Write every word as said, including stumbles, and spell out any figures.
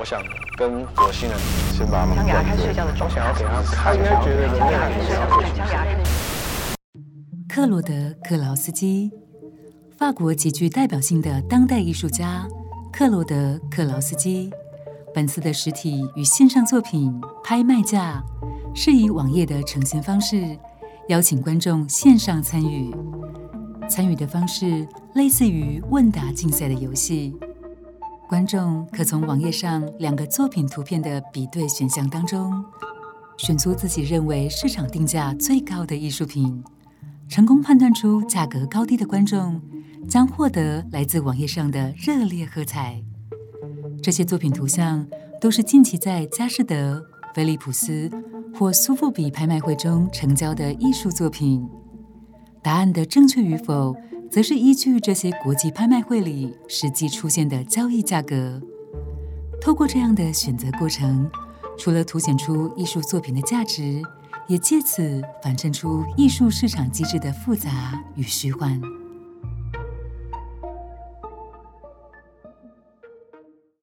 我想跟火星人先把他们想给他看睡觉的我状态， 想要给他看，应该觉得人类很想小。 给他看。 克罗德·克劳斯基，法国极具代表性的当代艺术家克罗德·克劳斯基，本次的实体与线上作品拍卖价是以网页的呈现方式邀请观众线上参与，参与的方式类似于问答竞赛的游戏。观众可从网页上两个作品图片的比对选项当中，选出自己认为市场定价最高的艺术品。成功判断出价格高低的观众将获得来自网页上的热烈喝彩。这些作品图像都是近期在佳士得、菲利普斯或苏富比拍卖会中成交的艺术作品。答案的正确与否，则是依据这些国际拍卖会里实际出现的交易价格。透过这样的选择过程，除了凸显出艺术作品的价值，也借此反衬出艺术市场机制的复杂与虚幻。